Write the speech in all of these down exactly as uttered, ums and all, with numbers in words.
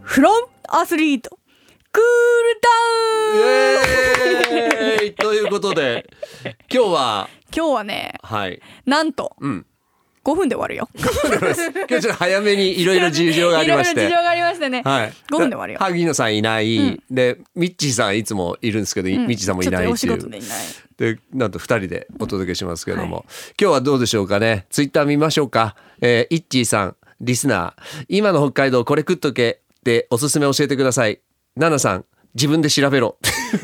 フロンアスリートクールダウン、 イエーイということで今日は今日はね、 はい、 なんと、 うん、 ごふんで終わるよ。 今日ちょっと早めにいろいろ事情がありましていろいろ事情がありましてね、はい、ごふんで終わるよ。 萩野さんいない、うん、でミッチーさんいつもいるんですけど、うん、ミッチーさんもいないっていう、ちょっとお仕事でいないで、なんとふたりでお届けしますけども、うん、はい、今日はどうでしょうかね。ツイッター見ましょうか。えー、イッチーさんリスナー、今の北海道これ食っとけっておすすめ教えてください。ナナさん自分で調べろ。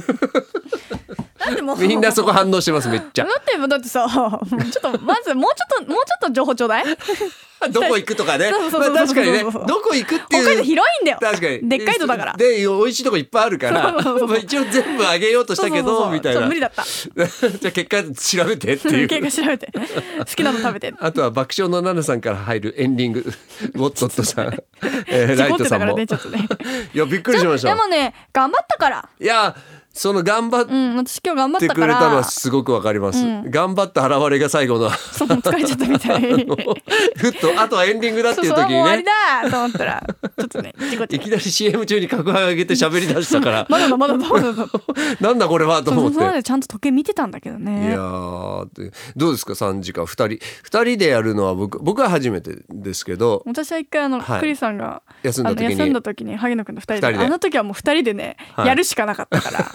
みんなそこ反応してます。めっちゃだってだってさ、ちょっとまずもうちょっともうちょっと情報ちょうだい。 どこ行くとかね。確かにね、どこ行くっていう北海道広いんだよ。 確かにでっかいとだからで美味しいとこいっぱいあるから一応全部あげようとしたけど、そうそうそうそうみたいな。無理だった。 じゃあ結果調べてっていう結果調べて好きなの食べて。あとは爆笑のナナさんから入るエンディングウォットットさん、えー、ライトさんも、ね、ちょっとね、いやびっくりしました。 でもね頑張ったから。 いやその頑張ってくれたのはすごくわかります、うん、頑張った現れが最後のそう疲れちゃったみたいふっとあとはエンディングだっていう時にね、そうそうもう終わりだと思ったらちょっとねいきなり シーエム 中に角上げて喋り出したからまだだまだだまだだなんだこれはと思って、 そうそうちゃんと時計見てたんだけどね。 いやどうですかさんじかんふたりふたりでやるのは僕僕は初めてですけど、 私は一回あの、はい、クリさんが休んだ時に休んだ時に萩野くんとふたりで、あの時はもうふたりでね、はい、やるしかなかったから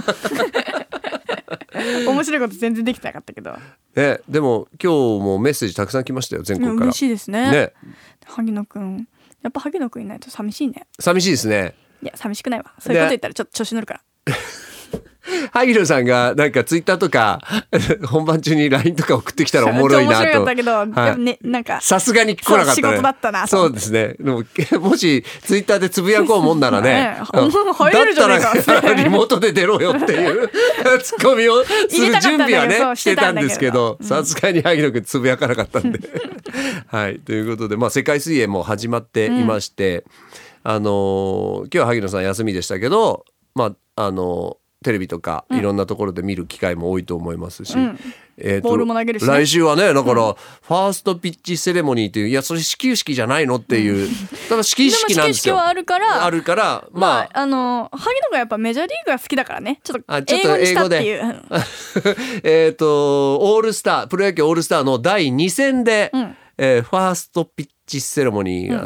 面白いこと全然できてなかったけど、 ね、でも今日もメッセージたくさん来ましたよ全国から。 嬉しいですね。 ね、 萩野くんやっぱ萩野くんいないと寂しいね。 寂しいですね。 いや寂しくないわ。そういうこと言ったらちょっと調子乗るから萩野さんがなんかツイッターとか本番中に ライン とか送ってきたらおもろいなと。 面白かったけど、はい、ね、なんかさすがに来なかったね。 仕事だったな。 そうですね。でももしツイッターでつぶやこうもんならね、ね入れるじゃないかだったらリモートで出ろよっていうツッコミをする準備はねしてたんですけど、さすがに萩野くんつぶやかなかったんではいということで、まあ、世界水泳も始まっていまして、うん、あのー、今日は萩野さん休みでしたけど、まああのーテレビとかいろんなところで見る機会も多いと思いますし、うん、えー、とボールも投げるし、ね、 来週はねだから、うん、ファーストピッチセレモニーっていう、いやそれ始球式じゃないのっていう、うん、ただ始球式なんですよ。 でも始球式はあるからあるからまあ、まあ、 あの萩野がやっぱメジャーリーグが好きだからね、ちょっと英語にしたっていう。 えっとオールスタープロ野球オールスターのだいに戦で、うん、えー、ファーストピッチセレモニーがあって、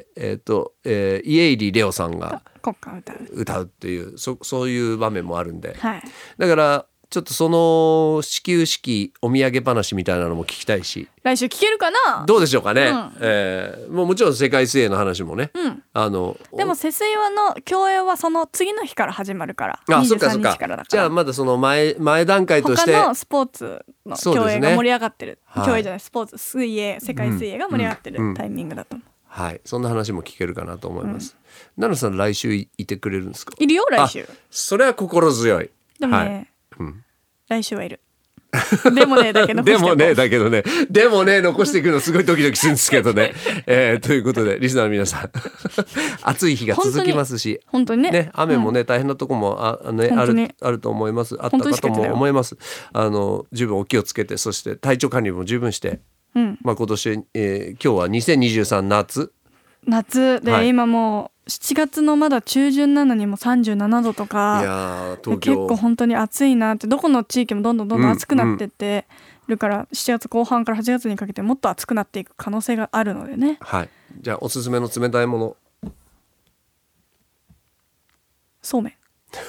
うん、えっと、えー、家入レオさんが国歌を歌う歌うっていう そ, そういう場面もあるんで、 はい、 だからちょっとその始球式お土産話みたいなのも聞きたいし、 来週聞けるかな。 どうでしょうかね、うん、えー、もうもちろん世界水泳の話もね、うん、あのでも世水輪の競泳はその次の日から始まるから、 あ、そっかそっか、じゃあまだその 前, 前段階として他のスポーツの競泳が盛り上がってる、ね、競泳じゃないスポーツ水泳世界水泳が盛り上がってるタイミングだと思う、 うんうん、はい、そんな話も聞けるかなと思います、うん、奈々さん来週 い, いてくれるんですか。 いるよ来週。 それは心強い。 でもね、 はい、うん、 来週はいる。でもねだけどでもねだけどねでもね残していくのすごいドキドキするんですけどね、えー、ということでリスナーの皆さん暑い日が続きますし本当にね、ね雨もね、うん、大変なとこも あ,、ね、あ, るあると思います。あったかとも思います。あの十分お気をつけて、そして体調管理も十分して、うん、まあ、今年、えー、今日はにせんにじゅうさん夏夏で、はい、今もうしちがつのまだ中旬なのにもさんじゅうななどとか、 いや東京結構本当に暑いなって、どこの地域もどんどんどんどん暑くなってってるから、うんうん、しちがつこう半からはちがつにかけてもっと暑くなっていく可能性があるのでね。 はい、じゃあおすすめの冷たいもの。 そうめん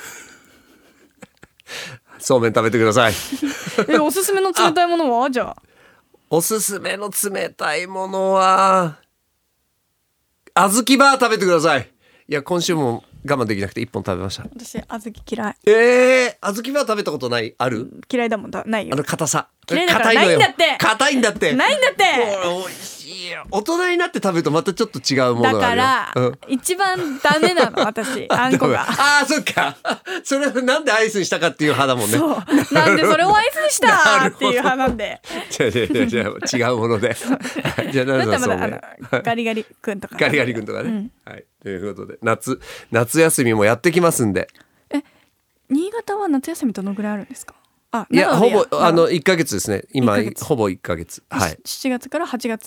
そうめん食べてくださいえおすすめの冷たいものはじゃあおすすめの冷たいものは小豆バー食べてください。いや今週も我慢できなくていっぽん食べました。 私小豆嫌い。 えー、小豆バー食べたことない？ある？ 嫌いだもん。だないよ。 あの硬さ嫌いだからないんだって。 硬いんだってないんだって。 美味しいよ。大人になって食べるとまたちょっと違うものがあるよ。 だから、うん、一番ダメなの私あんこが。 ああそっかそれなんでアイスにしたかっていう派だもんね。 そうなんでそれをアイスにしたっていう派なんでじゃあじゃあじゃあ違うものでじゃあ何だそうねガリガリ君とかガリガリ君とかね、うん、はい、ということで夏夏休みもやってきますんで。 え新潟は夏休みどのぐらいあるんですか？あいやほぼあのいっかげつですね今ほぼいっかげつ、はい、 しちがつからはちがつ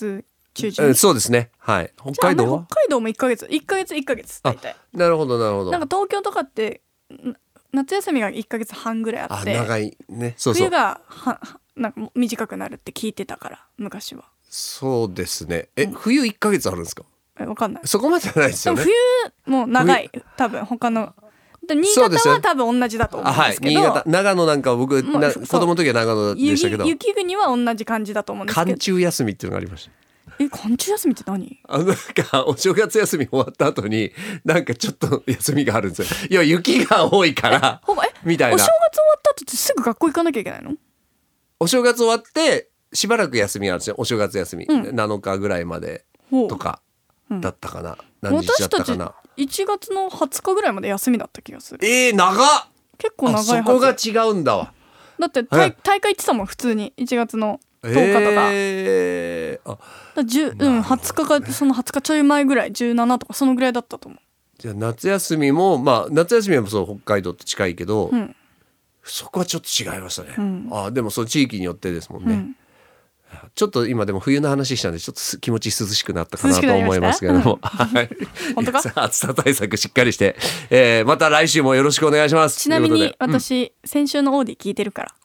中旬、 えそうですね。はい。北海道は北海道もいっかげついっかげついっかげつ大体。 なるほどなるほど。 なんか東京とかって夏休みがいっかげつはんぐらいあって、 あ長いね。そうそう。 冬がはなんか短くなるって聞いてたから昔は。 そうですね。え、うん、冬いっかげつあるんですか？ えわかんない。 そこまではないですよね。 冬も長い多分他の。新潟は多分同じだと思うんですけど、 はい、新潟長野なんか僕な子供の時は長野でしたけど、 雪国は同じ感じだと思うんですけど、 寒中休みっていうのがありました。 え寒中休みって何？ あのなんかお正月休み終わった後になんかちょっと休みがあるんですよ。いや雪が多いからほぼえみたいな。 お正月終わった後ってすぐ学校行かなきゃいけないの？ お正月終わってしばらく休みがあるんですよ。お正月休み、うん、なのかぐらいまでとかだったかな、うん、何日だったかな。 私たちいちがつのはつかぐらいまで休みだった気がする。 えー、長っ。結構長いはず。 そこが違うんだわ。 だって大大会行ってたもん普通にいちがつのとおかとか、 えー、あだじゅう、うん、はつかかそのはつかちょい前ぐらいじゅうななとかそのぐらいだったと思う。 じゃあ夏休みもまあ夏休みはそう北海道って近いけど、うん、そこはちょっと違いましたね、うん、あでもその地域によってですもんね、うん、ちょっと今でも冬の話したんでちょっと気持ち涼しくなったかなと思いますけども、はい、 本当か？ 暑さ対策しっかりして、えー、また来週もよろしくお願いします。 ちなみに私、うん、先週のオーディ聞いてるから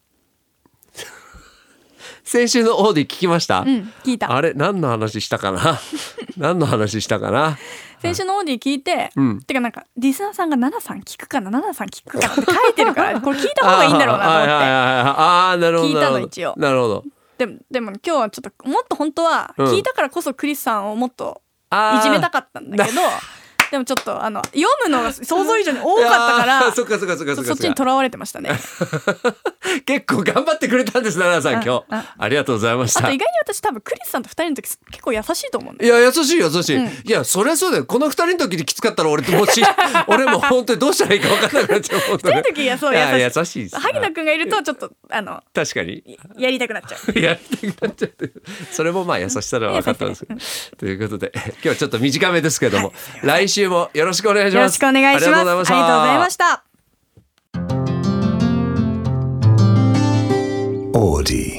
先週のオーディ聞きました、 うん、聞いた。 あれ何の話したかな何の話したかな先週のオーディ聞いて、うん、てかなんかリスナーさんがナナさん聞くかなナナさん聞くかなって書いてるからこれ聞いた方がいいんだろうなと思ってああなるほど聞いたの一応。 なるほど。 でも、でも今日はちょっともっと本当は聞いたからこそクリスさんをもっといじめたかったんだけど、でもちょっとあの読むのが想像以上に多かったからそっかそっかそっかそっかそっちにとらわれてましたね結構頑張ってくれたんです奈々さん今日 あ, ありがとうございました。 あと意外に私多分クリスさんとふたりの時結構優しいと思うんだよ。いや優しい優しい、うん、いやそりゃそうだよ。このふたりの時にきつかったら俺ともし俺も本当にどうしたらいいか分からなくなっちゃうふたりの時はそう優しい。優しいです。 萩野くんがいるとちょっとあの確かにやりたくなっちゃうやりたくなっちゃうそれもまあ優しさでは分かったんですけどということで今日はちょっと短めですけども、はい、来週もよろしくお願いします。 よろしくお願いします。ありがとうございました。オーディ